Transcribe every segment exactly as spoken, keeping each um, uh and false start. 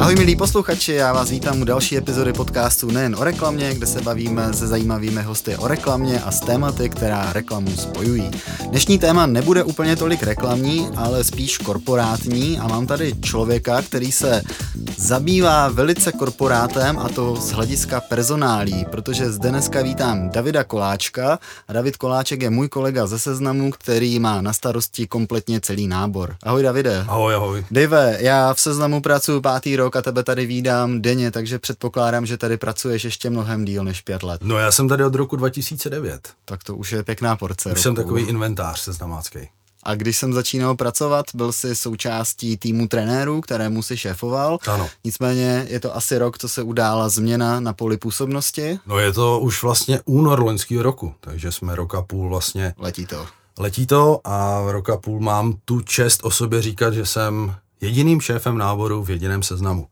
Ahoj milí posluchači, já vás vítám u další epizody podcastu Nejen o reklamě, kde se bavíme se zajímavými hosty o reklamě a s tématy, která reklamu spojují. Dnešní téma nebude úplně tolik reklamní, ale spíš korporátní a mám tady člověka, který se zabývá velice korporátem a to z hlediska personálí, protože zde dneska vítám Davida Koláčka a David Koláček je můj kolega ze Seznamu, který má na starosti kompletně celý nábor. Ahoj Davide. Ahoj, ahoj. Dave, já v Seznamu pracuji pátý rok a tebe tady vídám denně, takže předpokládám, že tady pracuješ ještě mnohem díl než pět let. No já jsem tady od roku dva tisíce devět. Tak to už je pěkná porce Už roku. jsem takový inventář seznamácký. A když jsem začínal pracovat, byl jsi součástí týmu trenérů, kterému si šéfoval. Ano. Nicméně je to asi rok, co se udála změna na poli působnosti. No je to už vlastně únor loňského roku, takže jsme rok a půl vlastně... Letí to. Letí to a rok a půl mám tu čest o sobě říkat, že jsem jediným šéfem náboru v jediném Seznamu.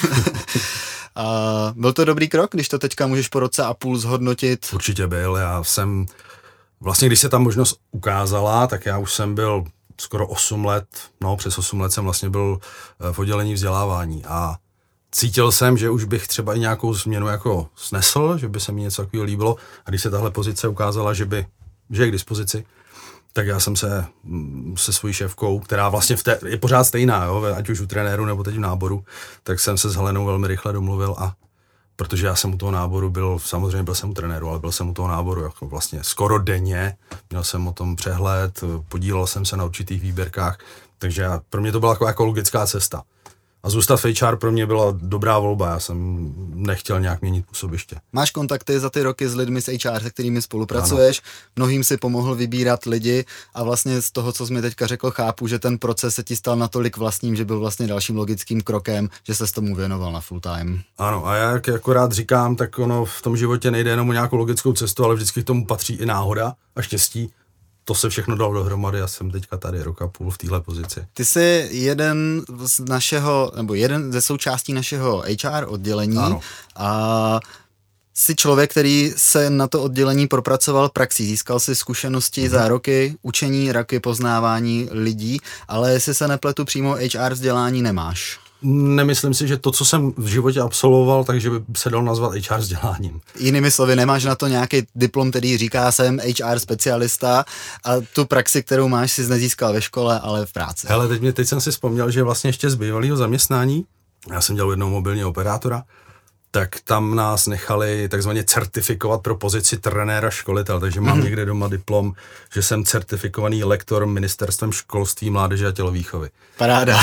A byl to dobrý krok, když to teďka můžeš po roce a půl zhodnotit? Určitě byl, já jsem... Vlastně když se ta možnost ukázala, tak já už jsem byl skoro osm let, no přes osm let jsem vlastně byl v oddělení vzdělávání a cítil jsem, že už bych třeba i nějakou změnu jako snesl, že by se mi něco takového líbilo a když se tahle pozice ukázala, že by, že je k dispozici, tak já jsem se se svojí šéfkou, která vlastně v té, je pořád stejná, jo, ať už u trenéru nebo teď v náboru, tak jsem se s Helenou velmi rychle domluvil a protože já jsem u toho náboru byl, samozřejmě byl jsem u trenéru, ale byl jsem u toho náboru jako vlastně skoro denně, měl jsem o tom přehled, podílel jsem se na určitých výběrkách, takže já, pro mě to byla jako, jako logická cesta. A zůstat v H R pro mě byla dobrá volba, já jsem nechtěl nějak měnit působiště. Máš kontakty za ty roky s lidmi z H R, se kterými spolupracuješ, ano. Mnohým si pomohl vybírat lidi a vlastně z toho, co jsi mi teďka řekl, chápu, že ten proces se ti stal natolik vlastním, že byl vlastně dalším logickým krokem, že ses tomu věnoval na full time. Ano, a já jak akorát říkám, tak ono v tom životě nejde jenom o nějakou logickou cestu, ale vždycky k tomu patří i náhoda a štěstí. To se všechno dalo dohromady a jsem teďka tady rok a půl v téhle pozici. Ty jsi jeden z našeho, nebo jeden ze součástí našeho H R oddělení. Ano. A jsi člověk, který se na to oddělení propracoval praxí. Získal si zkušenosti mhm. za roky učení, roky poznávání lidí, ale jestli se nepletu, přímo H R vzdělání nemáš. Nemyslím si, že to, co jsem v životě absolvoval, takže by se dal nazvat H R vzděláním. Jinými slovy, nemáš na to nějaký diplom, který říká, jsem H R specialista a tu praxi, kterou máš, si nezískal ve škole, ale v práci. Hele, teď, mě, teď jsem si vzpomněl, že vlastně ještě z bývalého zaměstnání, já jsem dělal jednou mobilního operátora, tak tam nás nechali takzvaně certifikovat pro pozici trenéra školitel, takže mám mm. někde doma diplom, že jsem certifikovaný lektor ministerstvem školství, mládeže a tělovýchovy. Paráda.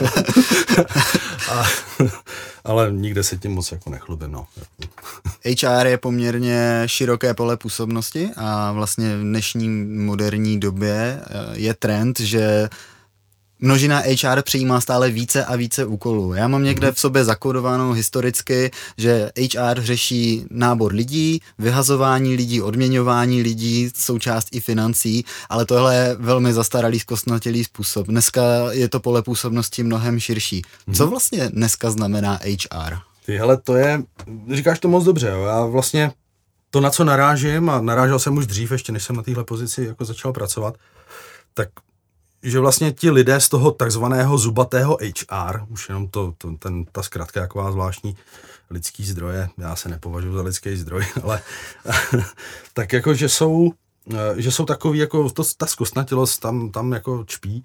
a, ale nikde se tím moc jako nechlubím, no. H R je poměrně široké pole působnosti a vlastně v dnešní moderní době je trend, že množina H R přijímá stále více a více úkolů. Já mám někde v sobě zakódovanou historicky, že H R řeší nábor lidí, vyhazování lidí, odměňování lidí, součást i financí, ale tohle je velmi zastaralý, zkostnatělý způsob. Dneska je to pole působnosti mnohem širší. Co vlastně dneska znamená H R? Ty, hele, to je, říkáš to moc dobře, jo. Já vlastně to, na co narážím, a narážel jsem už dřív, ještě než jsem na téhle pozici jako začal pracovat, tak že vlastně ti lidé z toho takzvaného zubatého H R, už jenom to, to ten, ta zkratka jaková zvláštní, lidský zdroje, já se nepovažuji za lidský zdroj, ale tak jako, že jsou, že jsou takový, jako to, ta zkostnatilost tam, tam jako čpí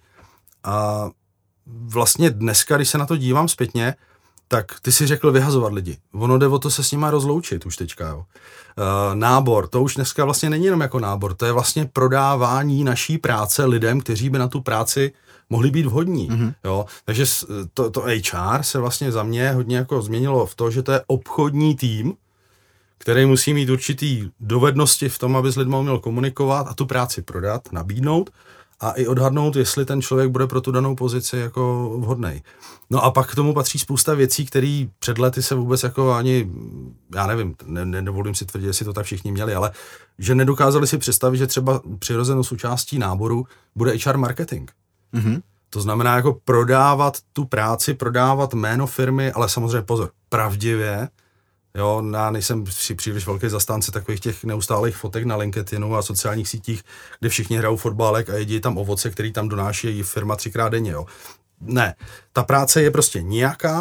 a vlastně dneska, když se na to dívám zpětně, tak ty si řekl vyhazovat lidi. Ono jde o to se s nima rozloučit už teďka, jo. E, nábor, to už dneska vlastně není jenom jako nábor, to je vlastně prodávání naší práce lidem, kteří by na tu práci mohli být vhodní, mm-hmm. jo. Takže to, to H R se vlastně za mě hodně jako změnilo v to, že to je obchodní tým, který musí mít určitý dovednosti v tom, aby s lidmi uměl komunikovat a tu práci prodat, nabídnout a i odhadnout, jestli ten člověk bude pro tu danou pozici jako vhodnej. No a pak k tomu patří spousta věcí, které před lety se vůbec jako ani, já nevím, ne, nedovolím si tvrdit, jestli to tak všichni měli, ale že nedokázali si představit, že třeba přirozenou součástí náboru bude H R marketing. Mm-hmm. To znamená jako prodávat tu práci, prodávat jméno firmy, ale samozřejmě pozor, pravdivě. Jo, já nejsem si příliš velký zastánce takových těch neustálých fotek na LinkedInu a sociálních sítích, kde všichni hrajou fotbálek a jedí tam ovoce, který tam donáší firma třikrát denně. Jo. Ne, ta práce je prostě nějaká,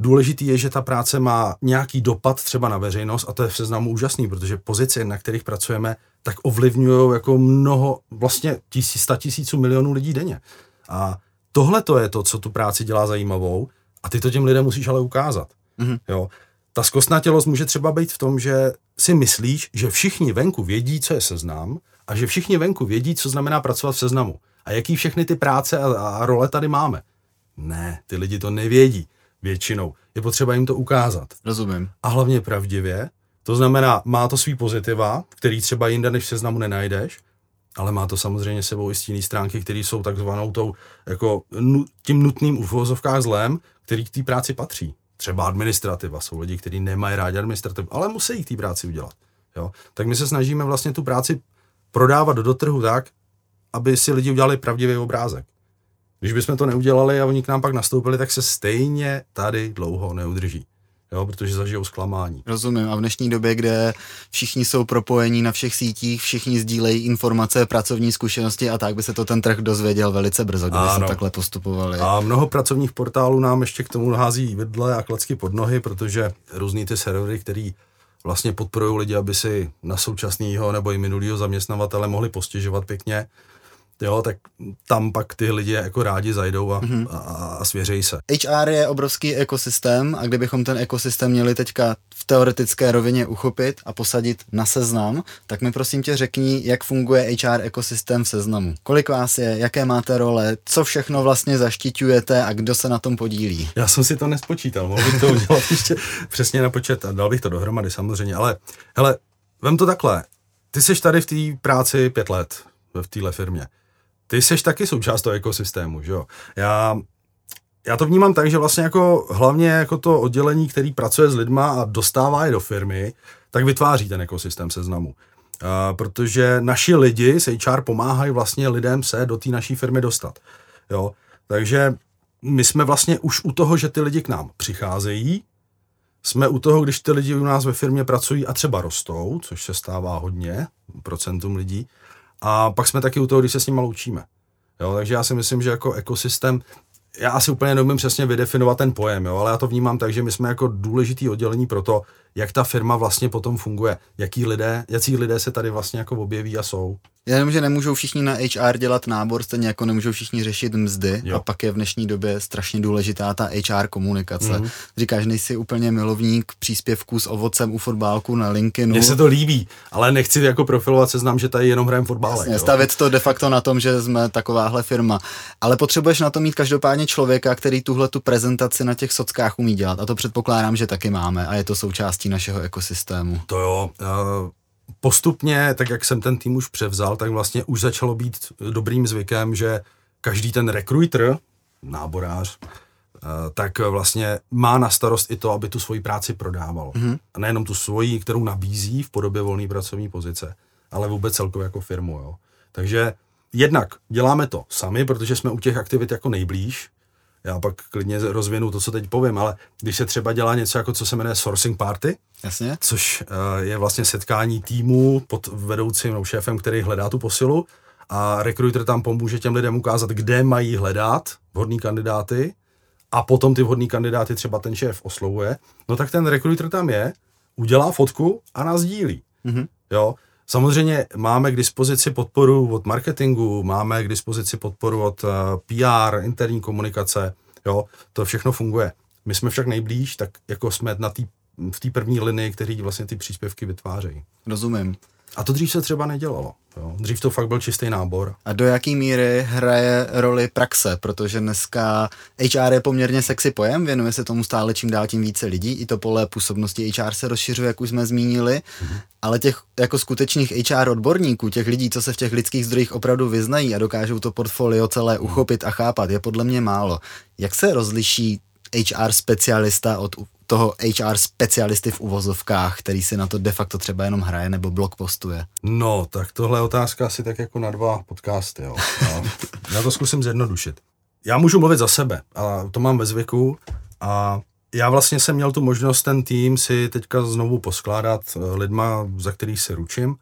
důležitý je, že ta práce má nějaký dopad třeba na veřejnost a to je v Seznamu úžasný, protože pozice, na kterých pracujeme, tak ovlivňují jako mnoho, vlastně tisíc, sta tisíců milionů lidí denně. A tohle to je to, co tu práci dělá zajímavou a ty to těm lidem musíš ale ukázat. Mm-hmm. Jo. Ta zkostnatělost může třeba být v tom, že si myslíš, že všichni venku vědí, co je Seznam a že všichni venku vědí, co znamená pracovat v Seznamu a jaký všechny ty práce a, a role tady máme. Ne, ty lidi to nevědí většinou. Je potřeba jim to ukázat. Rozumím. A hlavně pravdivě. To znamená, má to svý pozitiva, který třeba jinde než v Seznamu nenajdeš, ale má to samozřejmě sebou i stinné stránky, které jsou takzvanou tou, jako tím nutným uvozovkách zlem, který k té práci patří. Třeba administrativa. Jsou lidi, kteří nemají rádi administrativu, ale musí k té práci udělat. Jo? Tak my se snažíme vlastně tu práci prodávat do trhu tak, aby si lidi udělali pravdivý obrázek. Když bychom to neudělali a oni k nám pak nastoupili, tak se stejně tady dlouho neudrží. Jo, protože zažijou zklamání. Rozumím. A v dnešní době, kde všichni jsou propojení na všech sítích, všichni sdílejí informace, pracovní zkušenosti a tak by se to ten trh dozvěděl velice brzo, kdyby se takhle postupovali. A mnoho pracovních portálů nám ještě k tomu hází vidle a klacky pod nohy, protože různý ty servery, který vlastně podporují lidi, aby si na současného nebo i minulého zaměstnavatele mohli postěžovat pěkně, jo, tak tam pak ty lidi jako rádi zajdou a, mm-hmm. a, a svěřejí se. H R je obrovský ekosystém a kdybychom ten ekosystém měli teďka v teoretické rovině uchopit a posadit na Seznam, tak mi prosím tě řekni, jak funguje H R ekosystém v Seznamu. Kolik vás je, jaké máte role, co všechno vlastně zaštiťujete a kdo se na tom podílí? Já jsem si to nespočítal, mohl bych to udělat ještě přesně na počet a dal bych to dohromady samozřejmě, ale hele, vem to takhle, ty seš tady v té práci pět let, v téhle firmě. Ty seš taky součást toho ekosystému, že jo? Já, já to vnímám tak, že vlastně jako hlavně jako to oddělení, který pracuje s lidma a dostává je do firmy, tak vytváří ten ekosystém Seznamu. A, protože naši lidi z H R pomáhají vlastně lidem se do té naší firmy dostat. Jo? Takže my jsme vlastně už u toho, že ty lidi k nám přicházejí, jsme u toho, když ty lidi u nás ve firmě pracují a třeba rostou, což se stává hodně procentům lidí, a pak jsme taky u toho, když se s nimi loučíme. Jo, takže já si myslím, že jako ekosystém, já asi úplně neumím přesně vydefinovat ten pojem, jo, ale já to vnímám tak, že my jsme jako důležitý oddělení pro to, jak ta firma vlastně potom funguje, jaký lidé, jací lidé se tady vlastně jako objeví a jsou. Jenom, že nemůžou všichni na H R dělat nábor, stejně jako nemůžou všichni řešit mzdy, jo. A pak je v dnešní době strašně důležitá ta H R komunikace. Mm-hmm. Říkáš, nejsi úplně milovník příspěvků s ovocem u fotbálku na LinkedInu. Mně se to líbí, ale nechci jako profilovat Seznam, že tady jenom hrajem fotbálek. Jasně, stavit to de facto na tom, že jsme takováhle firma. Ale potřebuješ na to mít každopádně člověka, který tuhle tu prezentaci na těch sockách umí dělat. A to předpokládám, že taky máme a je to součástí našeho ekosystému. To jo. Uh... Postupně, tak jak jsem ten tým už převzal, tak vlastně už začalo být dobrým zvykem, že každý ten rekruiter, náborář, tak vlastně má na starost i to, aby tu svoji práci prodával. Mm-hmm. A nejenom tu svoji, kterou nabízí v podobě volné pracovní pozice, ale vůbec celkově jako firmu. Jo. Takže jednak děláme to sami, protože jsme u těch aktivit jako nejblíž. Já pak klidně rozvinu to, co teď povím, ale když se třeba dělá něco jako, co se jmenuje sourcing party, jasně, což uh, je vlastně setkání týmu pod vedoucím no, šéfem, který hledá tu posilu a rekruiter tam pomůže těm lidem ukázat, kde mají hledat vhodný kandidáty a potom ty vhodný kandidáty třeba ten šéf oslovuje, no tak ten rekruiter tam je, udělá fotku a nás sdílí. Mm-hmm. Jo. Samozřejmě máme k dispozici podporu od marketingu, máme k dispozici podporu od uh, P R, interní komunikace, jo, to všechno funguje. My jsme však nejblíž, tak jako jsme na tý, v té první linii, kteří vlastně ty příspěvky vytvářejí. Rozumím. A to dřív se třeba nedělalo. Jo. Dřív to fakt byl čistý nábor. A do jaký míry hraje roli praxe? Protože dneska H R je poměrně sexy pojem, věnuje se tomu stále čím dál tím více lidí, i to pole působnosti H R se rozšiřuje, jak už jsme zmínili, mm-hmm. ale těch jako skutečných H R odborníků, těch lidí, co se v těch lidských zdrojích opravdu vyznají a dokážou to portfolio celé uchopit a chápat, je podle mě málo. Jak se rozliší H R specialista od toho H R specialisty v uvozovkách, který si na to de facto třeba jenom hraje nebo blogpostuje? No, tak tohle je otázka asi tak jako na dva podcasty, jo. No, já to zkusím zjednodušit. Já můžu mluvit za sebe, a to mám ve zvyku a já vlastně jsem měl tu možnost ten tým si teďka znovu poskládat lidma, za kterých se ručím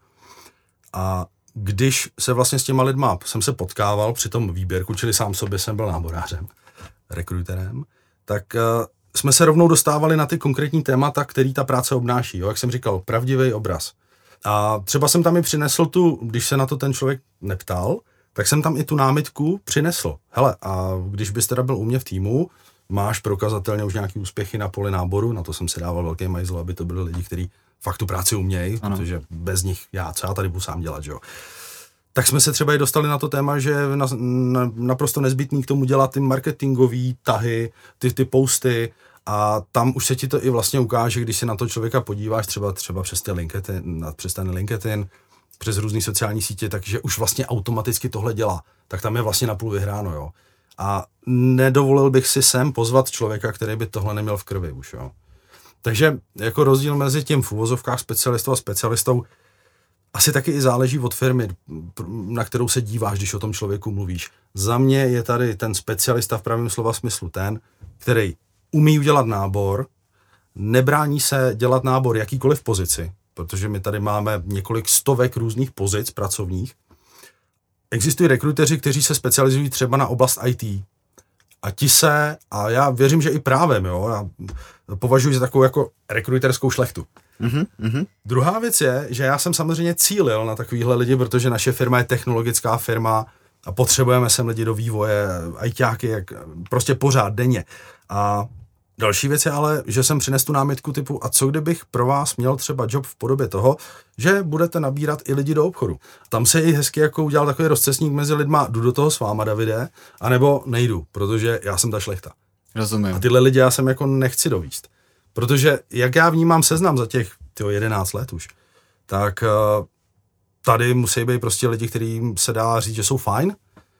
a když se vlastně s těma lidma jsem se potkával při tom výběrku, čili sám sobě jsem byl náborářem, rekruterem, tak jsme se rovnou dostávali na ty konkrétní témata, který ta práce obnáší. Jo? Jak jsem říkal, pravdivý obraz. A třeba jsem tam i přinesl tu, když se na to ten člověk neptal, tak jsem tam i tu námitku přinesl. Hele, a když bys teda byl u mě v týmu, máš prokazatelně už nějaký úspěchy na poli náboru, na to jsem si dával velký majzl, aby to byli lidi, kteří fakt tu práci umějí, protože bez nich já, co já tady budu sám dělat, že jo. Tak jsme se třeba i dostali na to téma, že je na, na, naprosto nezbytný k tomu dělat ty marketingový tahy, ty, ty posty, a tam už se ti to i vlastně ukáže, když se na to člověka podíváš, třeba třeba přes ten LinkedIn, přes ten LinkedIn, přes různé sociální sítě, takže už vlastně automaticky tohle dělá. Tak tam je vlastně napůl vyhráno, jo. A nedovolil bych si sem pozvat člověka, který by tohle neměl v krvi už, jo. Takže jako rozdíl mezi tím v uvozovkách specialistou a specialistou asi taky i záleží od firmy, na kterou se díváš, když o tom člověku mluvíš. Za mě je tady ten specialista v pravém slova smyslu ten, který umí udělat nábor, nebrání se dělat nábor jakýkoliv pozici, protože my tady máme několik stovek různých pozic pracovních. Existují rekruteři, kteří se specializují třeba na oblast í té. A ti se, a já věřím, že i právem, jo, já považuji za takovou jako rekruterskou šlechtu. Mm-hmm, mm-hmm. Druhá věc je, že já jsem samozřejmě cílil na takovýhle lidi, protože naše firma je technologická firma a potřebujeme sem lidi do vývoje, ajťáky, jak prostě pořád, denně. A další věc je ale, že jsem přinesl tu námitku typu, a co kdybych pro vás měl třeba job v podobě toho, že budete nabírat i lidi do obchodu. Tam se i hezky jako udělal takový rozcestník mezi lidma, jdu do toho s váma, Davide, anebo nejdu, protože já jsem ta šlechta. Rozumím. A tyhle lidi já jsem jako nechci dovíst. Protože jak já vnímám seznam za těch tyjo, jedenáct let už, tak uh, tady musí být prostě lidi, kterým se dá říct, že jsou fajn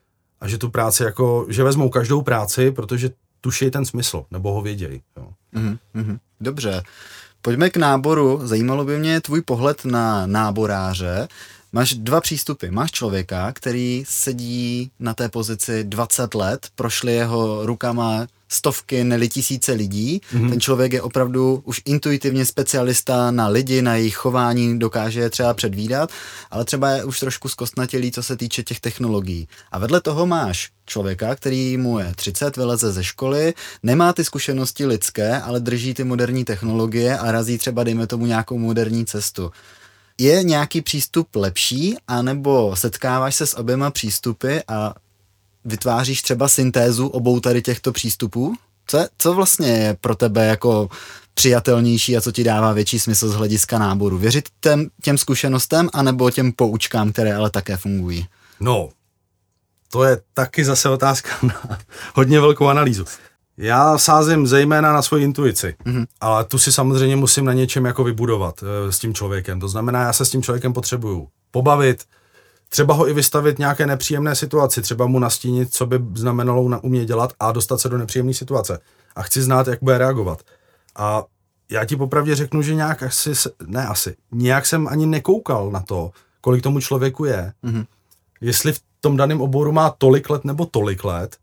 a že tu práci jako, že vezmou každou práci, protože tuší ten smysl, nebo ho vědějí. Jo. Mm, mm, dobře. Pojďme k náboru. Zajímalo by mě tvůj pohled na náboráře. Máš dva přístupy. Máš člověka, který sedí na té pozici dvacet let, prošly jeho rukama stovky, neli tisíce lidí. Mm-hmm. Ten člověk je opravdu už intuitivně specialista na lidi, na jejich chování, dokáže je třeba předvídat, ale třeba je už trošku zkostnatělý, co se týče těch technologií. A vedle toho máš člověka, který mu je třicet, vyleze ze školy, nemá ty zkušenosti lidské, ale drží ty moderní technologie a razí třeba, dejme tomu, nějakou moderní cestu. Je nějaký přístup lepší, anebo setkáváš se s oběma přístupy a vytváříš třeba syntézu obou tady těchto přístupů? Co, co vlastně je pro tebe jako přijatelnější a co ti dává větší smysl z hlediska náboru? Věřit těm, těm zkušenostem anebo těm poučkám, které ale také fungují? No, to je taky zase otázka na hodně velkou analýzu. Já sázím zejména na svoji intuici, mm-hmm. ale tu si samozřejmě musím na něčem jako vybudovat e, s tím člověkem. To znamená, já se s tím člověkem potřebuju pobavit, třeba ho i vystavit nějaké nepříjemné situaci, třeba mu nastínit, co by znamenalo na umě dělat a dostat se do nepříjemné situace. A chci znát, jak bude reagovat. A já ti popravdě řeknu, že nějak asi, ne asi, nějak jsem ani nekoukal na to, kolik tomu člověku je, mm-hmm. jestli v tom daném oboru má tolik let nebo tolik let.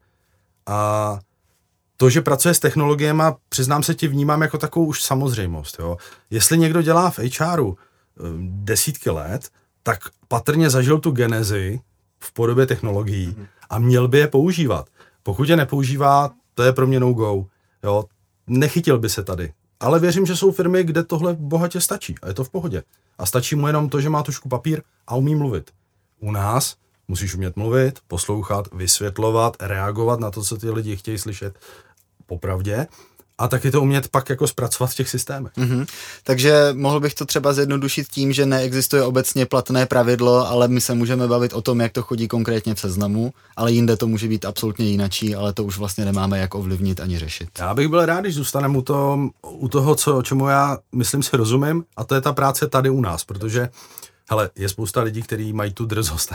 A to, že pracuje s technologiemi, přiznám se ti, vnímám jako takovou už samozřejmost. Jo. Jestli někdo dělá v há eru desítky let, tak patrně zažil tu genezi v podobě technologií a měl by je používat. Pokud je nepoužívá, to je pro mě no-go. Jo. Nechytil by se tady. Ale věřím, že jsou firmy, kde tohle bohatě stačí a je to v pohodě. A stačí mu jenom to, že má tušku papír a umí mluvit. U nás musíš umět mluvit, poslouchat, vysvětlovat, reagovat na to, co ty lidi chtějí slyšet popravdě. A taky to umět pak jako zpracovat v těch systémech. Mm-hmm. Takže mohl bych to třeba zjednodušit tím, že neexistuje obecně platné pravidlo, ale my se můžeme bavit o tom, jak to chodí konkrétně v seznamu, ale jinde to může být absolutně jinačí, ale to už vlastně nemáme jak ovlivnit ani řešit. Já bych byl rád, když zůstaneme u toho, u toho co, čemu já myslím si rozumím, a to je ta práce tady u nás, protože hele, je spousta lidí, kteří mají tu drzost,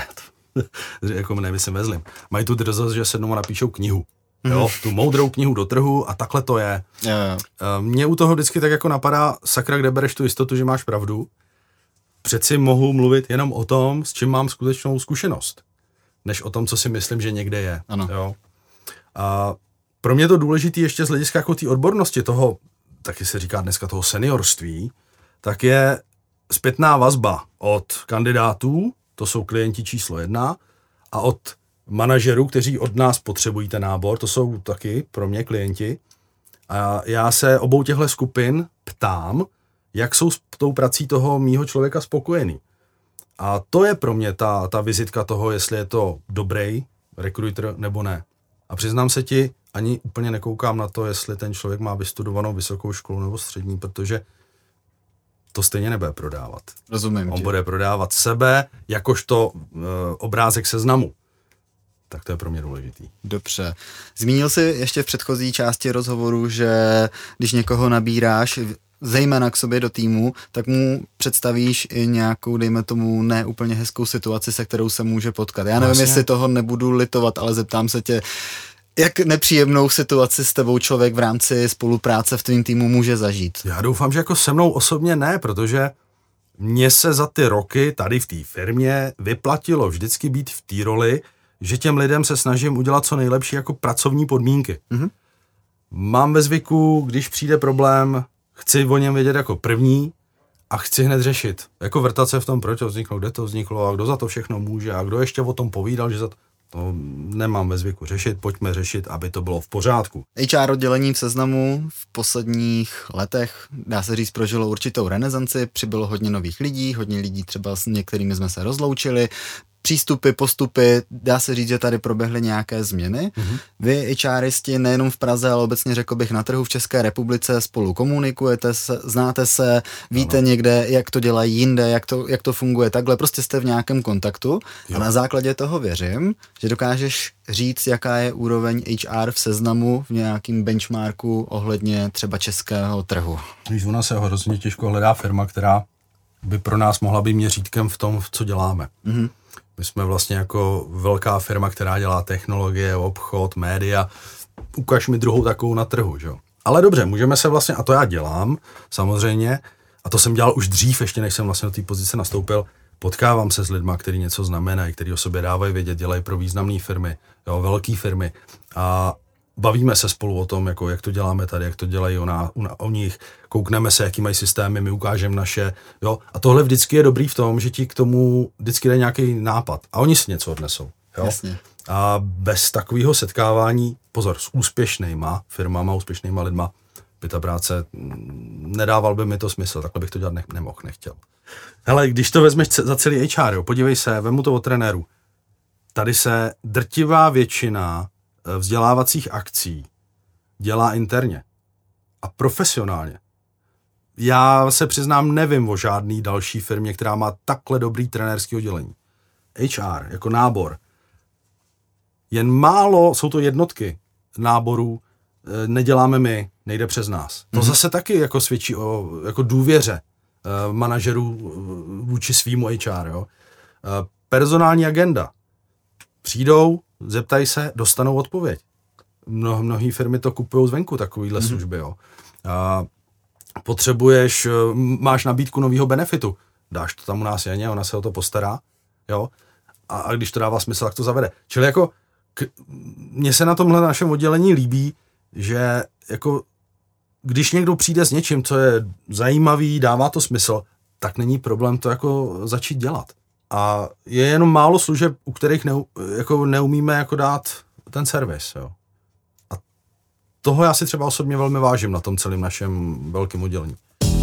jako nemyslím vezlim, mají tu drzost, že sednou a napíšou knihu. Jo, tu moudrou knihu do trhu a takhle to je. Jo, jo. Mně u toho vždycky tak jako napadá, sakra, kde bereš tu jistotu, že máš pravdu. Přeci mohu mluvit jenom o tom, s čím mám skutečnou zkušenost, než o tom, co si myslím, že někde je. Ano. Jo. A pro mě to důležité ještě z hlediska jako té odbornosti toho, taky se říká dneska toho seniorství, tak je zpětná vazba od kandidátů, to jsou klienti číslo jedna, a od manažerů, kteří od nás potřebují ten nábor, to jsou taky pro mě klienti, A já se obou těchto skupin ptám, jak jsou s tou prací toho mýho člověka spokojený. A to je pro mě ta, ta vizitka toho, jestli je to dobrý rekruter nebo ne. A přiznám se ti, ani úplně nekoukám na to, jestli ten člověk má vystudovanou vysokou školu nebo střední, protože to stejně nebude prodávat. Rozumím. On tě. bude prodávat sebe, jakožto e, obrázek seznamu. Tak to je pro mě důležitý. Dobře. Zmínil jsi ještě v předchozí části rozhovoru, že když někoho nabíráš, zejména k sobě do týmu, tak mu představíš i nějakou, dejme tomu, neúplně hezkou situaci, se kterou se může potkat. Já nevím, Vlastně. jestli toho nebudu litovat, ale zeptám se tě, jak nepříjemnou situaci s tebou člověk v rámci spolupráce v tvým týmu může zažít? Já doufám, že jako se mnou osobně ne, protože mně se za ty roky tady v té firmě vyplatilo vždycky být v té roli, že těm lidem se snažím udělat co nejlepší jako pracovní podmínky. Mm-hmm. Mám ve zvyku, když přijde problém, chci o něm vědět jako první a chci hned řešit. Jako vrtat se v tom, proč to vzniklo, kde to vzniklo a kdo za to všechno může a kdo ještě o tom povídal, že za to... To nemám ve zvyku řešit, pojďme řešit, aby to bylo v pořádku. H R oddělení v Seznamu v posledních letech, dá se říct, prožilo určitou renesanci, přibylo hodně nových lidí, hodně lidí třeba s některými jsme se rozloučili, přístupy, postupy, dá se říct, že tady proběhly nějaké změny. Mm-hmm. Vy, HRisti, nejenom v Praze, ale obecně řekl bych na trhu v České republice spolu komunikujete, se, znáte se, víte ano. někde, jak to dělají jinde, jak to, jak to funguje takhle, prostě jste v nějakém kontaktu jo. A na základě toho věřím, že dokážeš říct, jaká je úroveň H R v Seznamu v nějakým benchmarku ohledně třeba českého trhu. Víš, u nás se hrozně těžko hledá firma, která by pro nás mohla být měřítkem v tom, co děláme. Mm-hmm. My jsme vlastně jako velká firma, která dělá technologie, obchod, média. Ukaž mi druhou takovou na trhu, že jo. Ale dobře, můžeme se vlastně, a to já dělám, samozřejmě, a to jsem dělal už dřív, ještě než jsem vlastně do té pozice nastoupil, potkávám se s lidma, kteří něco znamenají, kteří o sobě dávají vědět, dělají pro významné firmy, jo, velké firmy. A bavíme se spolu o tom, jako jak to děláme tady, jak to dělají o, ná, o nich, koukneme se, jaký mají systémy, my ukážeme naše, jo. A tohle vždycky je dobrý v tom, že ti k tomu vždycky dají nějaký nápad a oni si něco odnesou, jo. Jasně. A bez takového setkávání, pozor, s úspěšnýma firmama, úspěšnýma lidma, by ta práce, nedával by mi to smysl, takhle bych to dělat ne, nemohl, nechtěl. Hele, když to vezmeš za celý H R, jo, podívej se, vemu to od trenéru. Tady se drtivá většina vzdělávacích akcí dělá interně a profesionálně. Já se přiznám, nevím o žádný další firmě, která má takhle dobrý trenérský oddělení. H R jako nábor. Jen málo, jsou to jednotky náborů, neděláme my, nejde přes nás. To mm-hmm. zase taky jako svědčí o jako důvěře uh, manažerů vůči svýmu H R. Jo? Uh, personální agenda. Přijdou, zeptají se, dostanou odpověď. Mno, mnohé firmy to kupují zvenku, takovýhle mm-hmm. služby. Jo. A potřebuješ, máš nabídku nového benefitu, dáš to tam u nás Janě, ona se o to postará, jo. A, a když to dává smysl, tak to zavede. Čili jako, k, mně se na tomhle našem oddělení líbí, že jako, když někdo přijde s něčím, co je zajímavý, dává to smysl, tak není problém to jako začít dělat. A je jenom málo služeb, u kterých ne, jako neumíme jako dát ten servis. Jo. A toho já si třeba osobně velmi vážím na tom celém našem velkém oddělení.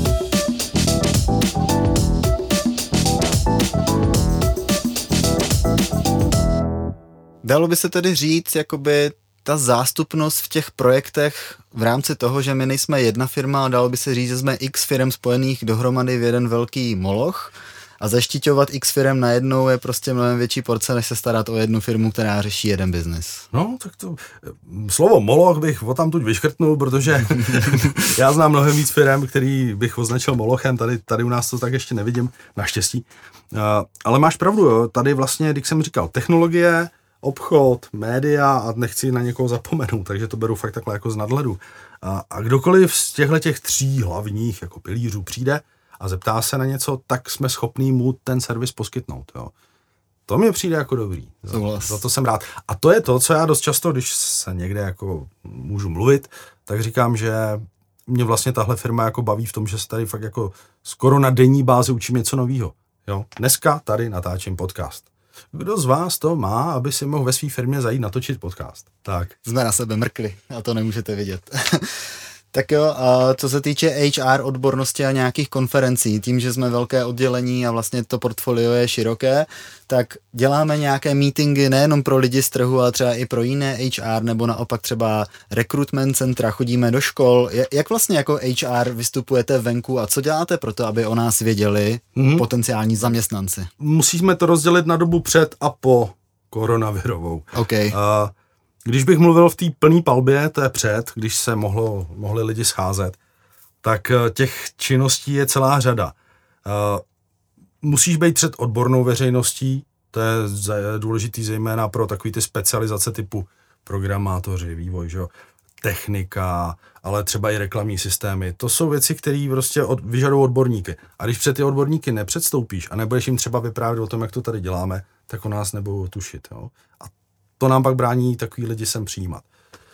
Dalo by se tedy říct, jakoby ta zástupnost v těch projektech v rámci toho, že my nejsme jedna firma, a dalo by se říct, že jsme x firm spojených dohromady v jeden velký moloch, a zaštiťovat x firem najednou je prostě mnohem větší porce, než se starat o jednu firmu, která řeší jeden biznis. No, tak to... Slovo moloch bych o tamtuď vyškrtnul, protože já znám mnohem víc firem, který bych označil molochem, tady, tady u nás to tak ještě nevidím, naštěstí. Uh, ale máš pravdu, jo, tady vlastně, když jsem říkal, technologie, obchod, média a nechci na někoho zapomenout, takže to beru fakt takhle jako z nadhledu. A, a kdokoliv z těchto těch tří hlavních jako pilířů přijde a zeptá se na něco, tak jsme schopní mu ten servis poskytnout. Jo. To mi přijde jako dobrý. Za, za to jsem rád. A to je to, co já dost často, když se někde jako můžu mluvit, tak říkám, že mě vlastně tahle firma jako baví v tom, že se tady fakt jako skoro na denní bázi učím něco novýho. Jo. Dneska tady natáčím podcast. Kdo z vás to má, aby si mohl ve své firmě zajít natočit podcast? Tak. Jsme na sebe mrkli a to nemůžete vidět. Tak jo, a co se týče H R odbornosti a nějakých konferencí, tím, že jsme velké oddělení a vlastně to portfolio je široké, tak děláme nějaké meetingy nejenom pro lidi z trhu, ale třeba i pro jiné H R, nebo naopak třeba recruitment centra, chodíme do škol. Jak vlastně jako H R vystupujete venku a co děláte pro to, aby o nás věděli mm-hmm. potenciální zaměstnanci? Musíme to rozdělit na dobu před a po koronavirovou. Okay. Uh, Když bych mluvil v té plné palbě, to je před, když se mohlo, mohli lidi scházet, tak těch činností je celá řada. Musíš být před odbornou veřejností, to je důležitý zejména pro takový ty specializace typu programátoři, vývoj, že jo, technika, ale třeba i reklamní systémy. To jsou věci, které prostě od, vyžadují odborníky. A když před ty odborníky nepředstoupíš a nebudeš jim třeba vyprávět o tom, jak to tady děláme, tak o nás nebudou tušit. Jo? A to nám pak brání takový lidi sem přijímat.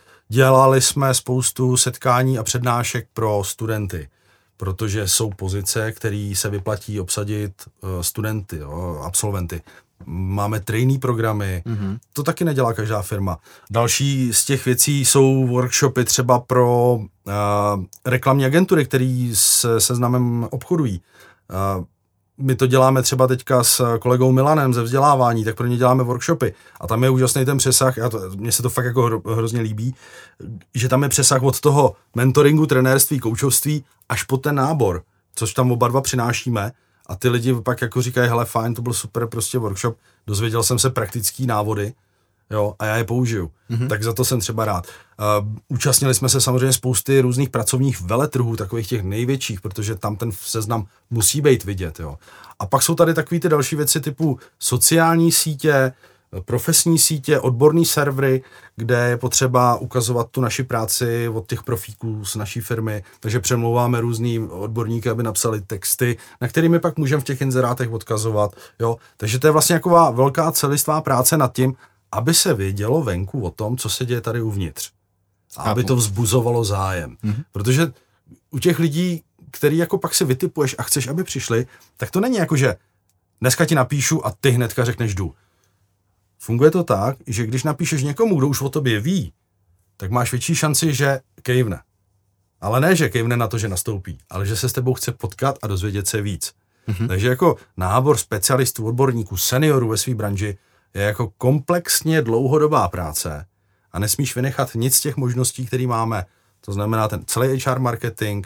Dělali jsme spoustu setkání a přednášek pro studenty, protože jsou pozice, které se vyplatí obsadit studenty, jo, absolventy. Máme trainee programy, mm-hmm. to taky nedělá každá firma. Další z těch věcí jsou workshopy třeba pro uh, reklamní agentury, které se seznamem obchodují. Uh, My to děláme třeba teďka s kolegou Milanem ze vzdělávání, tak pro ně děláme workshopy. A tam je úžasný ten přesah, a to, mně se to fakt jako hro, hrozně líbí, že tam je přesah od toho mentoringu, trenérství, koučovství až po ten nábor, což tam oba dva přinášíme. A ty lidi pak jako říkají, hele fajn, to byl super prostě workshop, dozvěděl jsem se praktický návody, jo, a já je použiju. Mm-hmm. Tak za to jsem třeba rád. Uh, účastnili jsme se samozřejmě spousty různých pracovních veletrhů, takových těch největších, protože tam ten seznam musí být vidět, jo. A pak jsou tady takový ty další věci typu sociální sítě, profesní sítě, odborný servery, kde je potřeba ukazovat tu naši práci od těch profíků z naší firmy, takže přemlouváme různý odborníky, aby napsali texty, na kterými pak můžeme v těch inzerátech odkazovat, jo. Takže to je vlastně taková velká celistvá práce nad tím, aby se vědělo venku o tom, co se děje tady uvnitř. A aby to vzbuzovalo zájem. Mm-hmm. Protože u těch lidí, který jako pak si vytipuješ a chceš, aby přišli, tak to není jako, že dneska ti napíšu a ty hnedka řekneš jdu. Funguje to tak, že když napíšeš někomu, kdo už o tobě ví, tak máš větší šanci, že kejvne. Ale ne, že kejvne na to, že nastoupí, ale že se s tebou chce potkat a dozvědět se víc. Mm-hmm. Takže jako nábor specialistů, odborníků, seniorů ve své branži je jako komplexně dlouhodobá práce a nesmíš vynechat nic z těch možností, které máme. To znamená ten celý H R marketing.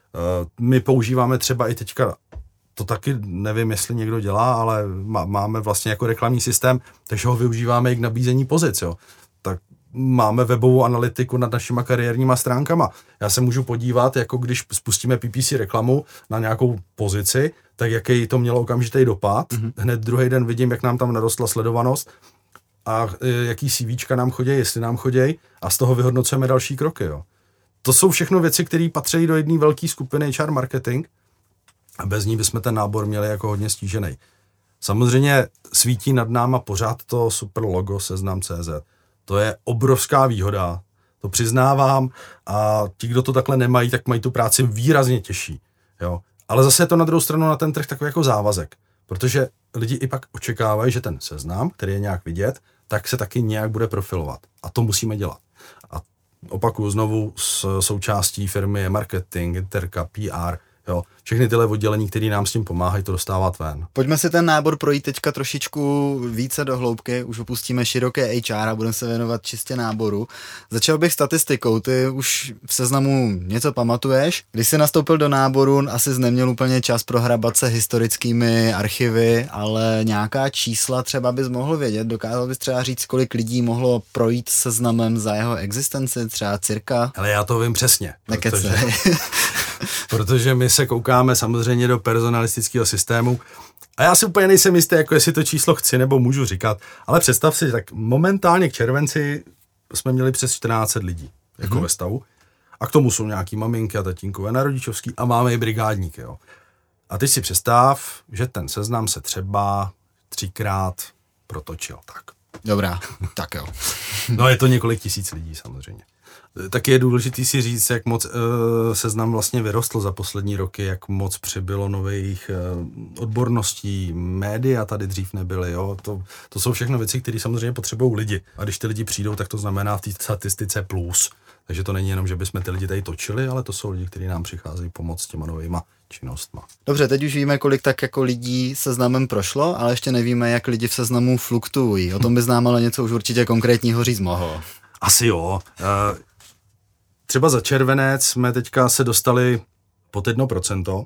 My používáme třeba i teďka, to taky nevím, jestli někdo dělá, ale máme vlastně jako reklamní systém, takže ho využíváme i k nabízení pozic. Jo. Tak máme webovou analytiku nad našima kariérníma stránkama. Já se můžu podívat, jako když spustíme P P C reklamu na nějakou pozici, tak jaký to mělo okamžitý dopad. Mm-hmm. Hned druhý den vidím, jak nám tam narostla sledovanost a jaký CVčka nám chodí, jestli nám chodí, a z toho vyhodnocujeme další kroky. Jo. To jsou všechno věci, které patří do jedné velké skupiny H R marketing a bez ní bychom ten nábor měli jako hodně stížený. Samozřejmě svítí nad náma pořád to super logo Seznam tečka cé zet. To je obrovská výhoda, to přiznávám, a ti, kdo to takhle nemají, tak mají tu práci výrazně těžší. Jo. Ale zase je to na druhou stranu na ten trh takový jako závazek, protože lidi i pak očekávají, že ten seznam, který je nějak vidět, tak se taky nějak bude profilovat. A to musíme dělat. A opakuju znovu, s součástí firmy je marketing, interka, P R, jo, všechny tyhle oddělení, které nám s tím pomáhají to dostávat ven. Pojďme si ten nábor projít teďka trošičku více do hloubky, už opustíme široké H R a budeme se věnovat čistě náboru. Začal bych statistikou, ty už v Seznamu něco pamatuješ. Když jsi nastoupil do náboru, asi neměl úplně čas prohrabat se historickými archivy, ale nějaká čísla třeba bys mohl vědět, dokázal bys třeba říct, kolik lidí mohlo projít Seznamem za jeho existenci, třeba cirka? Ale já to vím přesně. Nekecej. Protože, protože my se koukáme samozřejmě do personalistického systému a já si úplně nejsem jistý, jako jestli to číslo chci nebo můžu říkat, ale představ si, tak momentálně k červenci jsme měli přes čtrnáct set lidí jako mm-hmm. ve stavu a k tomu jsou nějaký maminky a tatínkové na rodičovský a máme i brigádníky. Jo. A teď si představ, že ten seznam se třeba třikrát protočil. Tak. Dobrá, tak jo. No je to několik tisíc lidí samozřejmě. taky je důležitý si říct, jak moc uh, Seznam vlastně vyrostl za poslední roky, jak moc přibylo nových uh, odborností, média tady dřív nebyly, jo, to, to jsou všechno věci, které samozřejmě potřebují lidi. A když ty lidi přijdou, tak to znamená v té statistice plus. Takže to není jenom, že bychom ty lidi tady točili, ale to jsou lidi, kteří nám přicházejí pomoct s těma novýma činnostma. Dobře, teď už víme, kolik tak jako lidí Seznamem prošlo, ale ještě nevíme, jak lidi v Seznamu fluktuují. O tom bys nám ale něco už určitě konkrétního říct mohl. Asi jo. Třeba za červenec jsme teďka se dostali pod jedno procento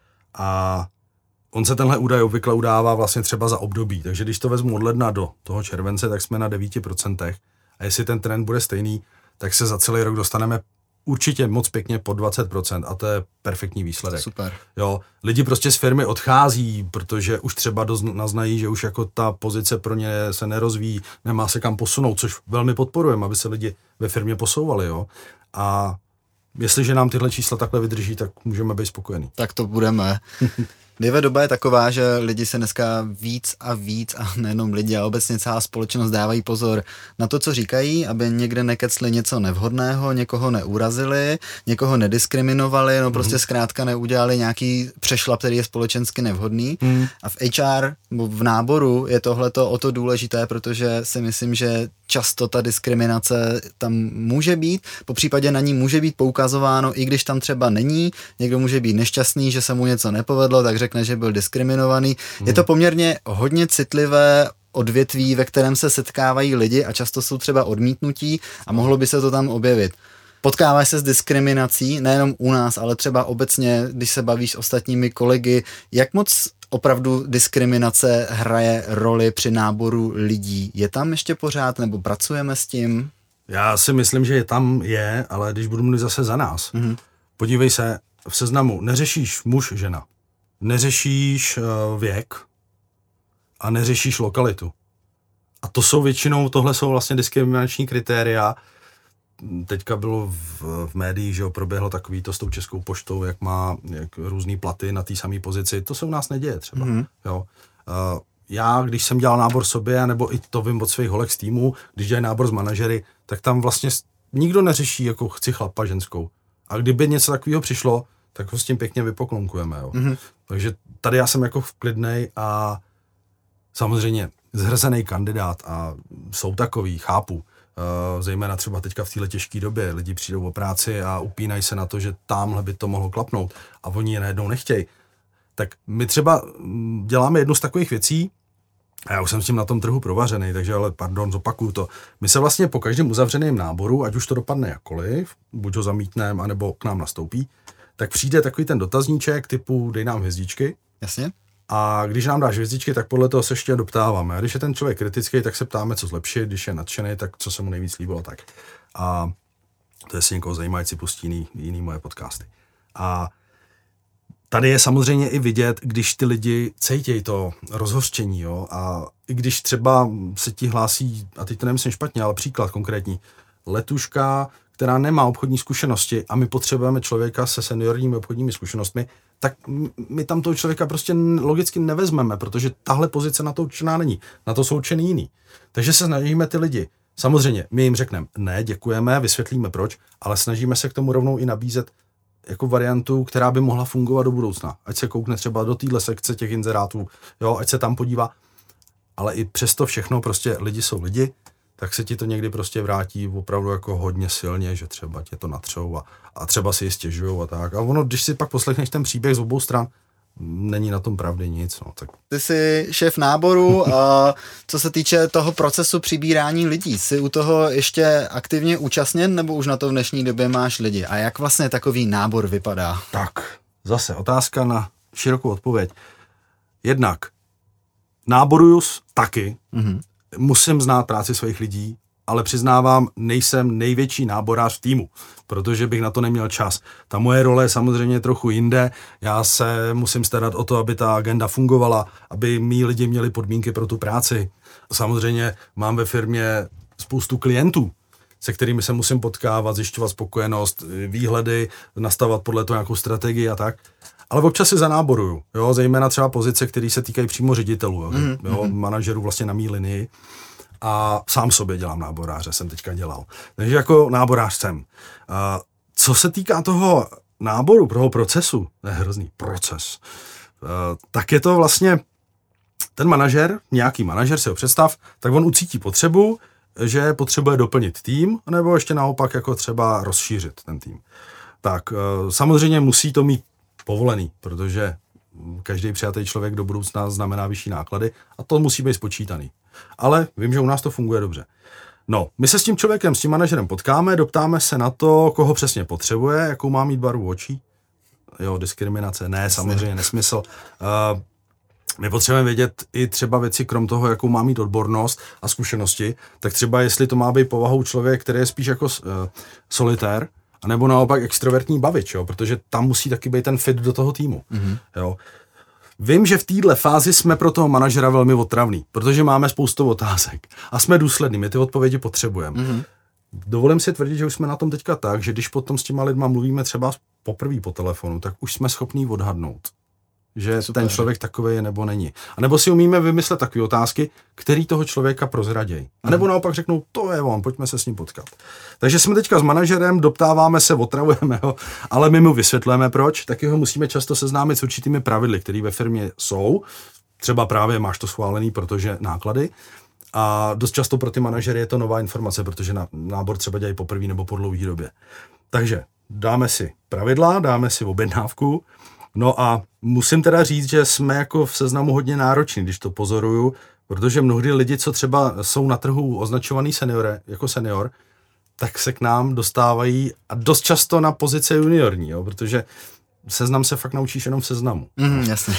a on se tenhle údaj obvykle udává vlastně třeba za období. Takže když to vezmu od ledna do toho července, tak jsme na devět procent. A jestli ten trend bude stejný, tak se za celý rok dostaneme určitě moc pěkně pod dvacet procent a to je perfektní výsledek. Super. Jo, lidi prostě z firmy odchází, protože už třeba doz, naznají, že už jako ta pozice pro ně se nerozvíjí, nemá se kam posunout, což velmi podporujeme, aby se lidi ve firmě posouvali, jo. A jestliže nám tyhle čísla takhle vydrží, tak můžeme být spokojení. Tak to budeme. Dejve doba je taková, že lidi se dneska víc a víc, a nejenom lidi, ale obecně celá společnost dávají pozor na to, co říkají, aby někde nekecli něco nevhodného, někoho neurazili, někoho nediskriminovali, no prostě zkrátka neudělali nějaký přešlap, který je společensky nevhodný. Hmm. A v H R, v náboru je tohleto o to důležité, protože si myslím, že často ta diskriminace tam může být, po případě na ní může být poukazováno, i když tam třeba není, někdo může být nešťastný, že se mu něco nepovedlo, tak řekne, že byl diskriminovaný. Hmm. Je to poměrně hodně citlivé odvětví, ve kterém se setkávají lidi a často jsou třeba odmítnutí a mohlo by se to tam objevit. Potkáváš se s diskriminací, nejenom u nás, ale třeba obecně, když se bavíš s ostatními kolegy, jak moc opravdu diskriminace hraje roli při náboru lidí? Je tam ještě pořád, nebo pracujeme s tím? Já si myslím, že je tam je, ale když budu mluvit zase za nás. Mm-hmm. Podívej se, v Seznamu neřešíš muž, žena. Neřešíš uh, věk a neřešíš lokalitu. A to jsou většinou, tohle jsou vlastně diskriminační kritéria. Teďka bylo v, v médiích, že jo, proběhlo takový to s tou Českou poštou, jak má jak různý platy na té samé pozici. To se u nás neděje třeba. Mm-hmm. Jo. Uh, já, když jsem dělal nábor sobě, nebo i to vím od svých holek z týmu, když dělají nábor s manažery, tak tam vlastně nikdo neřeší, jako chci chlapa ženskou. A kdyby něco takového přišlo, tak ho s tím pěkně vypoklonkujeme. Jo. Mm-hmm. Takže tady já jsem jako vklidnej a samozřejmě zhrzený kandidát a jsou takový, chápu. Uh, zejména třeba teďka v téhle těžké době lidi přijdou o práci a upínají se na to, že tamhle by to mohlo klapnout a oni je najednou nechtějí. Tak my třeba děláme jednu z takových věcí, a já už jsem s tím na tom trhu provařený, takže ale pardon, zopakuju to. My se vlastně po každém uzavřeném náboru, ať už to dopadne jakkoliv, buď ho zamítneme, anebo k nám nastoupí, tak přijde takový ten dotazníček typu dej nám hvězdičky. Jasně. A když nám dáš hvězdičky, tak podle toho se ještě doptáváme. A když je ten člověk kritický, tak se ptáme, co zlepšit, když je nadšený, tak co se mu nejvíc líbilo, tak. A to je si někoho zajímající, si pustí jiný, jiný moje podcasty. A tady je samozřejmě i vidět, když ty lidi cítějí to rozhořčení, jo, a i když třeba se ti hlásí, a teď to nemyslím špatně, ale příklad konkrétní, letuška, která nemá obchodní zkušenosti a my potřebujeme člověka se seniorními obchodními zkušenostmi, tak my tam toho člověka prostě logicky nevezmeme, protože tahle pozice na to určená není. Na to jsou určený jiný. Takže se snažíme ty lidi. Samozřejmě, my jim řekneme, ne, děkujeme, vysvětlíme proč, ale snažíme se k tomu rovnou i nabízet jako variantu, která by mohla fungovat do budoucna. Ať se koukne třeba do téhle sekce těch inzerátů, jo, ať se tam podívá. Ale i přesto všechno, prostě lidi jsou lidi, tak se ti to někdy prostě vrátí opravdu jako hodně silně, že třeba tě to natřou a, a třeba si ji stěžujou a tak. A ono, když si pak poslechneš ten příběh z obou stran, není na tom pravdy nic. No, tak. Ty jsi šéf náboru a co se týče toho procesu přibírání lidí, jsi u toho ještě aktivně účastněn nebo už na to v dnešní době máš lidi? A jak vlastně takový nábor vypadá? Tak, zase otázka na širokou odpověď. Jednak náboruju taky, mm-hmm. musím znát práci svých lidí, ale přiznávám, nejsem největší náborář v týmu, protože bych na to neměl čas. Ta moje role je samozřejmě trochu jinde, já se musím starat o to, aby ta agenda fungovala, aby mý lidi měli podmínky pro tu práci. Samozřejmě mám ve firmě spoustu klientů, se kterými se musím potkávat, zjišťovat spokojenost, výhledy, nastavovat podle toho nějakou strategii a tak. Ale občas si zanáboruju, jo, zejména třeba pozice, které se týkají přímo ředitelů, jo, mm-hmm. manažerů vlastně na mý linii. a sám sobě dělám náboráře, jsem teďka dělal. Takže jako náborář jsem. A co se týká toho náboru, toho procesu, to je hrozný proces, tak je to vlastně ten manažer, nějaký manažer, si ho představ, tak on ucítí potřebu, že potřebuje doplnit tým, nebo ještě naopak jako třeba rozšířit ten tým. Tak samozřejmě musí to mít povolený, protože každý přijatý člověk do budoucna znamená vyšší náklady a to musí být spočítaný. Ale vím, že u nás to funguje dobře. No, my se s tím člověkem, s tím manažerem potkáme, doptáme se na to, koho přesně potřebuje, jakou má mít barvu očí. Jo, diskriminace, ne, samozřejmě nesmysl. Uh, my potřebujeme vědět i třeba věci, krom toho, jakou má mít odbornost a zkušenosti, tak třeba jestli to má být povahou člověk, který je spíš jako uh, solitér, anebo naopak extrovertní bavič, jo, protože tam musí taky být ten fit do toho týmu. Mm-hmm. Jo. Vím, že v této fázi jsme pro toho manažera velmi otravný, protože máme spoustu otázek a jsme důslední, my ty odpovědi potřebujeme. Mm-hmm. Dovolím si tvrdit, že už jsme na tom teďka tak, že když potom s těma lidma mluvíme třeba poprvé po telefonu, tak už jsme schopní odhadnout, že super, ten člověk takový je nebo není. A nebo si umíme vymyslet takové otázky, který toho člověka prozradějí. A nebo naopak řeknou, to je on, pojďme se s ním potkat. Takže jsme teďka s manažerem, doptáváme se, otravujeme ho, ale my mu vysvětlíme proč, taky ho musíme často seznámit s určitými pravidly, které ve firmě jsou. Třeba právě máš to schválený, protože náklady. A dost často pro ty manažery je to nová informace, protože nábor třeba dělají poprvé nebo po dlouhé době. Takže dáme si pravidla, dáme si objednávku. No a musím teda říct, že jsme jako v seznamu hodně nároční, když to pozoruju, protože mnohdy lidi, co třeba jsou na trhu označovaný seniore, jako senior, tak se k nám dostávají a dost často na pozice juniorní, jo, protože seznam se fakt naučíš jenom v seznamu. Mm, jasně.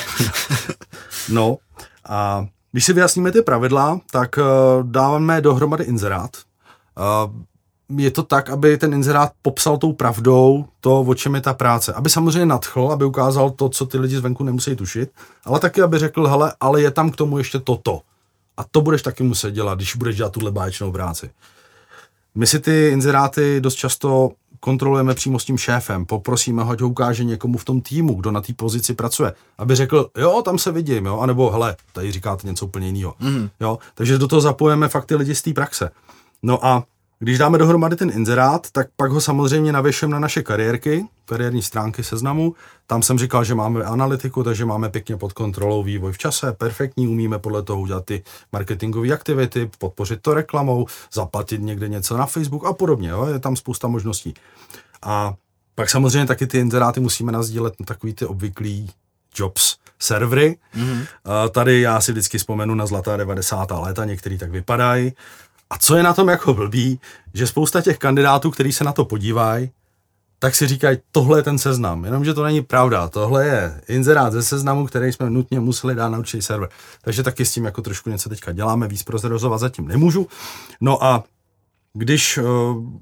No a když si vyjasníme ty pravidla, tak uh, dáváme dohromady inzerát. Uh, je to tak, aby ten inzerát popsal tou pravdou to, o čem je ta práce. Aby samozřejmě nadchl, aby ukázal to, co ty lidi zvenku nemusí tušit, ale taky, aby řekl, hele, ale je tam k tomu ještě toto. A to budeš taky muset dělat, když budeš dělat tuhle báječnou práci. My si ty inzeráty dost často kontrolujeme přímo s tím šéfem, poprosíme ho, ať ho ukáže někomu v tom týmu, kdo na té pozici pracuje, aby řekl, jo, tam se vidím, jo, anebo hele, tady říkáte něco úplně jiného. Mm. Jo, takže do toho zapojeme fakt ty lidi z té praxe. No a když dáme dohromady ten inzerát, tak pak ho samozřejmě navěšeme na naše kariérky, kariérní stránky seznamu. Tam jsem říkal, že máme analytiku, takže máme pěkně pod kontrolou vývoj v čase, perfektní, umíme podle toho udělat ty marketingové aktivity, podpořit to reklamou, zaplatit někde něco na Facebook a podobně, jo? Je tam spousta možností. A pak samozřejmě taky ty inzeráty musíme nasdílet na takový ty obvyklý jobs servery. Mm-hmm. A tady já si vždycky vzpomenu na zlatá devadesátá léta, některý tak vypadají. A co je na tom jako blbý, že spousta těch kandidátů, kteří se na to podívají, tak si říkají, tohle je ten seznam. Jenomže to není pravda. Tohle je inzerát ze seznamu, který jsme nutně museli dát na určitý server. Takže taky s tím jako trošku něco teďka děláme, víc prozrazovat zatím nemůžu. No a když uh,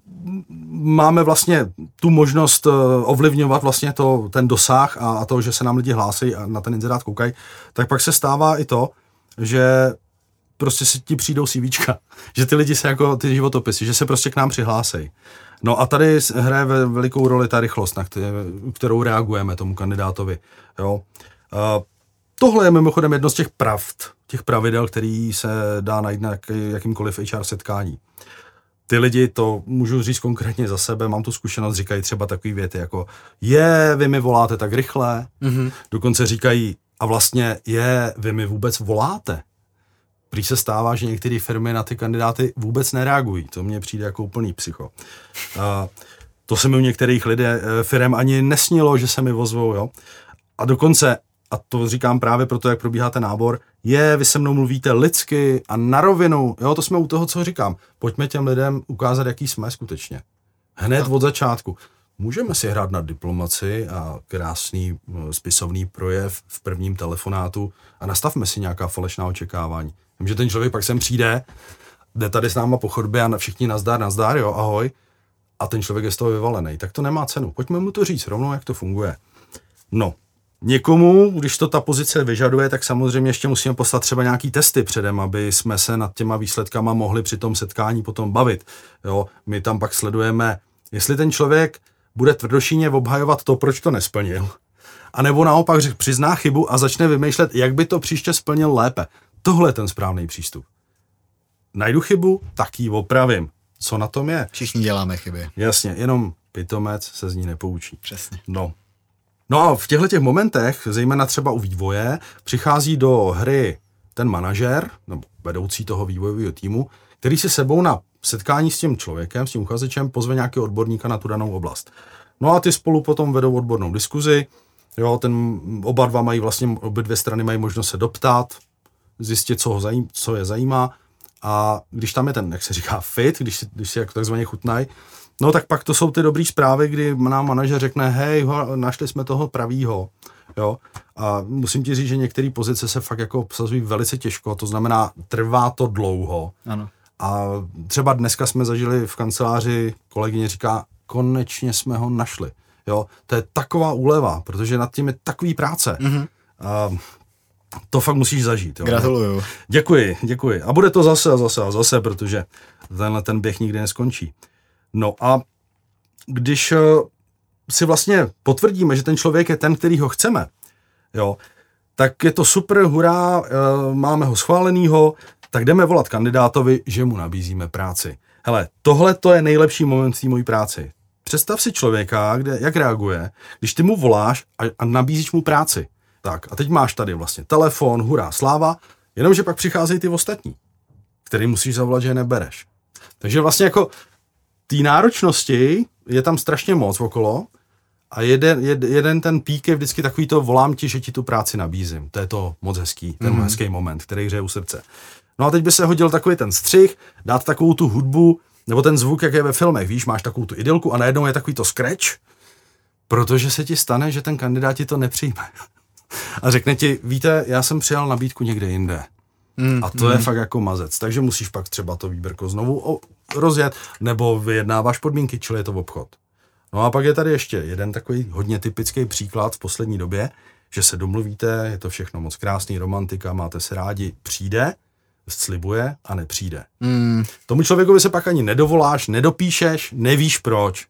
máme vlastně tu možnost uh, ovlivňovat vlastně to, ten dosah a, a to, že se nám lidi hlásí a na ten inzerát koukají, tak pak se stává i to, že prostě si ti přijdou CVčka, že ty lidi se jako ty životopisy, že se prostě k nám přihlásejí. No a tady hraje velikou roli ta rychlost, na kterou reagujeme tomu kandidátovi. Jo. A tohle je mimochodem jedno z těch pravd, těch pravidel, který se dá najít na jakýmkoliv H R setkání. Ty lidi, to můžu říct konkrétně za sebe, mám tu zkušenost, říkají třeba takový věty jako je, vy mi voláte tak rychle, mm-hmm. Dokonce říkají a vlastně je, vy mi vůbec voláte. Prý se stává, že některé firmy na ty kandidáty vůbec nereagují. To mně přijde jako úplný psycho. A to se mi u některých lidé, firm ani nesnilo, že se mi ozvou. Jo? A dokonce, a to říkám právě proto, jak probíhá ten nábor, je, vy se mnou mluvíte lidsky a na rovinu. Jo, to jsme u toho, co říkám. Pojďme těm lidem ukázat, jaký jsme skutečně. Hned od začátku. Můžeme si hrát na diplomaci a krásný spisovný projev v prvním telefonátu a nastavme si nějaká falešná očekávání. Vím, že ten člověk pak sem přijde, jde tady s náma po chodbě a všichni nazdar, nazdar, jo, ahoj, a ten člověk je z toho vyvalený. Tak to nemá cenu. Pojďme mu to říct rovnou, jak to funguje. No, někomu, když to ta pozice vyžaduje, tak samozřejmě ještě musíme poslat třeba nějaký testy předem, aby jsme se nad těma výsledkama mohli při tom setkání potom bavit. Jo, my tam pak sledujeme, jestli ten člověk bude tvrdošíně obhajovat to, proč to nesplnil. A nebo naopak přizná chybu a začne vymýšlet, jak by to příště splnil lépe. Tohle je ten správný přístup. najdu chybu, tak ji opravím. Co na tom je? Všichni děláme chyby. Jasně, jenom pitomec se z ní nepoučí. Přesně. No. No a v těchto těch momentech, zejména třeba u vývoje, přichází do hry ten manažer, nebo vedoucí toho vývojového týmu, který si sebou na setkání s tím člověkem, s tím uchazečem, pozve nějakého odborníka na tu danou oblast. No a ty spolu potom vedou odbornou diskuzi, jo, ten, oba dva mají vlastně, obě dvě strany mají možnost se doptat, zjistit, co, ho zajím, co je zajímá, a když tam je ten, jak se říká, fit, když si, když si jako takzvaně chutnají, no tak pak to jsou ty dobrý zprávy, kdy nám manažer řekne, hej, našli jsme toho pravýho, jo, a musím ti říct, že některé pozice se fakt jako obsazují velice těžko, to znamená, trvá to dlouho. Ano. A třeba dneska jsme zažili v kanceláři, kolegyně říká, konečně jsme ho našli, jo, to je taková úleva, protože nad tím je takový práce. Mm-hmm. A to fakt musíš zažít. Jo. Gratuluju. Děkuji, děkuji. A bude to zase a zase a zase, protože tenhle ten běh nikdy neskončí. No a když si vlastně potvrdíme, že ten člověk je ten, který ho chceme, jo, tak je to super, hurá, máme ho schválenýho, tak jdeme volat kandidátovi, že mu nabízíme práci. Hele, tohle to je nejlepší moment v mojí práci. Představ si člověka, kde, jak reaguje, když ty mu voláš a, a nabízíš mu práci. Tak a teď máš tady vlastně telefon, hurá, sláva, jenomže pak přicházejí ty ostatní, který musíš zavolat, že je nebereš. Takže vlastně jako té náročnosti je tam strašně moc okolo a jeden, jed, jeden ten pík je vždycky takový to, volám ti, že ti tu práci nabízím. To je to moc hezký, ten mm-hmm. hezký moment, který hřeje u srdce. No a teď by se hodil takový ten střih, dát takovou tu hudbu, nebo ten zvuk, jak je ve filmech, víš, máš takovou tu idylku a najednou je takový to scratch, protože se ti stane, že ten kandidát ti to nepřijme. A řekne ti, víte, já jsem přijal nabídku někde jinde. Mm, a to mm. je fakt jako mazec. Takže musíš pak třeba to výběrko znovu rozjet, nebo vyjednáváš podmínky, čili je to obchod. No a pak je tady ještě jeden takový hodně typický příklad v poslední době, že se domluvíte, je to všechno moc krásný, romantika, máte se rádi, přijde, slibuje a nepřijde. Mm. Tomu člověkovi se pak ani nedovoláš, nedopíšeš, nevíš proč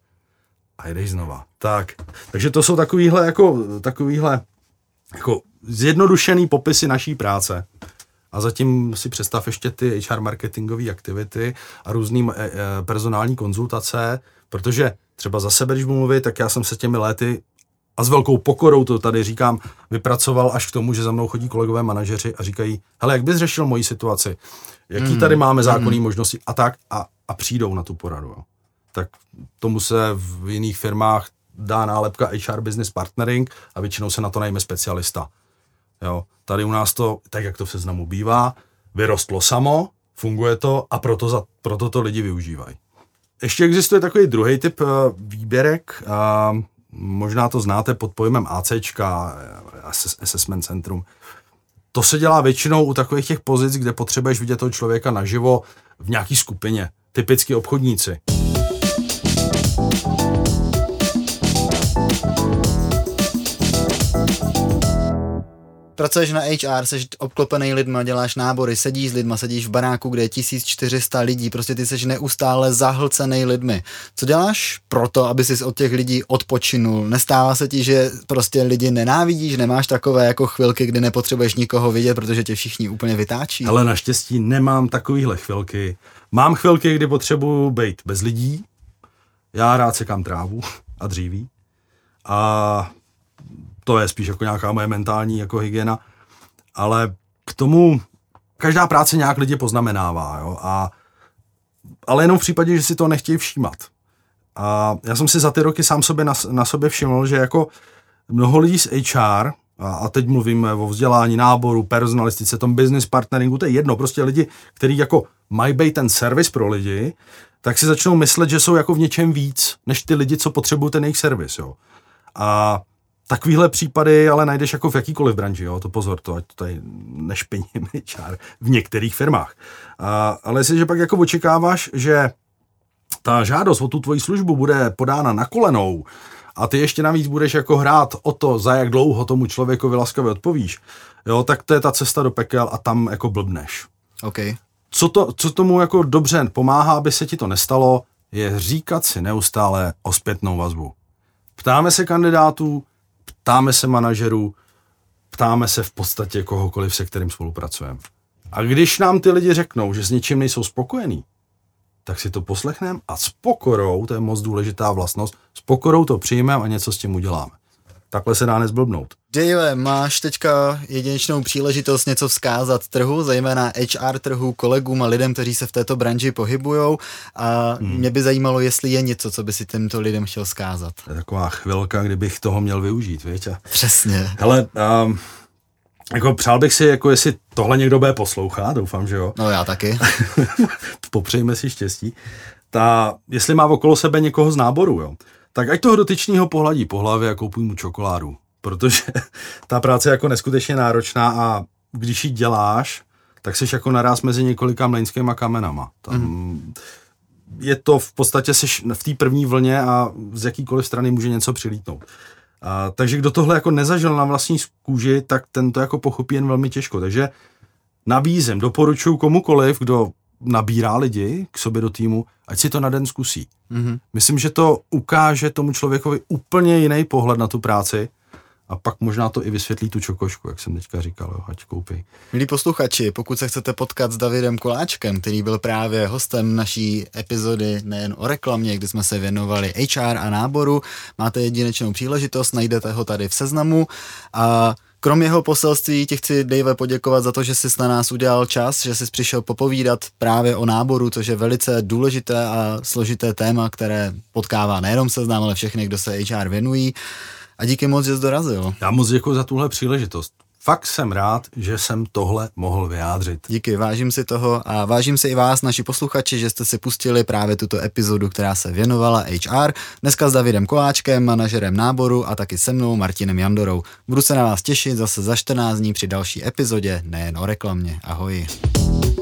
a jdeš znova. Tak, takže to jsou takovýhle jako, takovýhle jako zjednodušený popisy naší práce. A zatím si představ ještě ty H R marketingové aktivity a různý e, e, personální konzultace, protože třeba za sebe, když budu mluvit, tak já jsem se těmi léty a s velkou pokorou to tady říkám, vypracoval až k tomu, že za mnou chodí kolegové manažeři a říkají, hele, jak bys řešil moji situaci, jaký tady máme zákonné mm. možnosti a tak a, a přijdou na tu poradu. Jo. Tak tomu se v jiných firmách dá nálepka H R Business Partnering a většinou se na to najme specialista. Jo. Tady u nás to, tak jak to v seznamu bývá, vyrostlo samo, funguje to a proto, za, proto to lidi využívají. Ještě existuje takový druhý typ uh, výběrek, uh, možná to znáte pod pojmem ACčka, Assessment Centrum. To se dělá většinou u takových těch pozic, kde potřebuješ vidět toho člověka naživo v nějaký skupině, typicky obchodníci. Pracuješ na H R, jsi obklopený lidma, děláš nábory, sedíš s lidma, sedíš v baráku, kde je tisíc čtyři sta lidí, prostě ty jsi neustále zahlcený lidmi. Co děláš proto, aby jsi od těch lidí odpočinul? Nestává se ti, že prostě lidi nenávidíš, nemáš takové jako chvilky, kdy nepotřebuješ nikoho vidět, protože tě všichni úplně vytáčí? Ale naštěstí nemám takovýhle chvilky. Mám chvilky, kdy potřebuji být bez lidí, já rád sekám trávu a dříví a to je spíš jako nějaká moje mentální jako hygiena, ale k tomu každá práce nějak lidi poznamenává, jo, a, ale jenom v případě, že si to nechtějí všímat. A já jsem si za ty roky sám sobě na, na sobě všiml, že jako mnoho lidí z H R, a, a teď mluvíme o vzdělání, náboru, personalistice, tom business partneringu, to je jedno, prostě lidi, kteří jako mají být ten servis pro lidi, tak si začnou myslet, že jsou jako v něčem víc, než ty lidi, co potřebují ten jejich servis, jo. A takovýhle případy ale najdeš jako v jakýkoliv branži, jo, to pozor, to ať to tady nešpiním H R v některých firmách. A, ale jestliže pak jako očekáváš, že ta žádost o tu tvoji službu bude podána na kolenou a ty ještě navíc budeš jako hrát o to, za jak dlouho tomu člověkovi laskavě odpovíš, jo, tak to je ta cesta do pekel a tam jako blbneš. Okay. Co, to, co tomu jako dobře pomáhá, aby se ti to nestalo, je říkat si neustále o zpětnou vazbu. Ptáme se kandidátů, ptáme se manažerů, ptáme se v podstatě kohokoliv, se kterým spolupracujeme. A když nám ty lidi řeknou, že s něčím nejsou spokojení, tak si to poslechneme a s pokorou, to je moc důležitá vlastnost, s pokorou to přijmeme a něco s tím uděláme. Takhle se dá nezblbnout. Dave, máš teďka jedinečnou příležitost něco vzkázat trhu, zejména H R trhu, kolegům a lidem, kteří se v této branži pohybujou, a hmm. mě by zajímalo, jestli je něco, co by si těmto lidem chtěl vzkázat. To je taková chvilka, kdybych toho měl využít, víte? Přesně. Hele, um, jako přál bych si, jako jestli tohle někdo bude poslouchat, doufám, že jo. No já taky. Popřejme si štěstí. Ta, jestli má okolo sebe někoho z náboru, jo, tak ať toho dotyčného pohladí po hlavě a koupí mu čokoládu. Protože ta práce je jako neskutečně náročná a když ji děláš, tak jsi jako naráz mezi několika mlejnskýma kamenama. Tam mm. je to v podstatě seš v té první vlně a z jakýkoliv strany může něco přilítnout. A, takže kdo tohle jako nezažil na vlastní kůži, tak ten to jako pochopí jen velmi těžko. Takže nabízím, doporučuji komukoliv, kdo nabírá lidi k sobě do týmu, ať si to na den zkusí. Mm-hmm. Myslím, že to ukáže tomu člověkovi úplně jiný pohled na tu práci a pak možná to i vysvětlí tu čokošku, jak jsem teďka říkal, jo, ať koupí. Milí posluchači, pokud se chcete potkat s Davidem Koláčkem, který byl právě hostem naší epizody nejen o reklamě, kdy jsme se věnovali H R a náboru, máte jedinečnou příležitost, najdete ho tady v seznamu a krom jeho poselství ti chci, Dave, poděkovat za to, že jsi na nás udělal čas, že jsi přišel popovídat právě o náboru, což je velice důležité a složité téma, které potkává nejenom Seznam, ale všechny, kdo se H R věnují. A díky moc, že jsi dorazil. Já moc děkuji za tuhle příležitost. Fakt jsem rád, že jsem tohle mohl vyjádřit. Díky, vážím si toho a vážím si i vás, naši posluchači, že jste si pustili právě tuto epizodu, která se věnovala H R. Dneska s Davidem Koláčkem, manažerem náboru a taky se mnou Martinem Jandorou. Budu se na vás těšit zase za čtrnáct dní při další epizodě nejen o reklamě. Ahoj.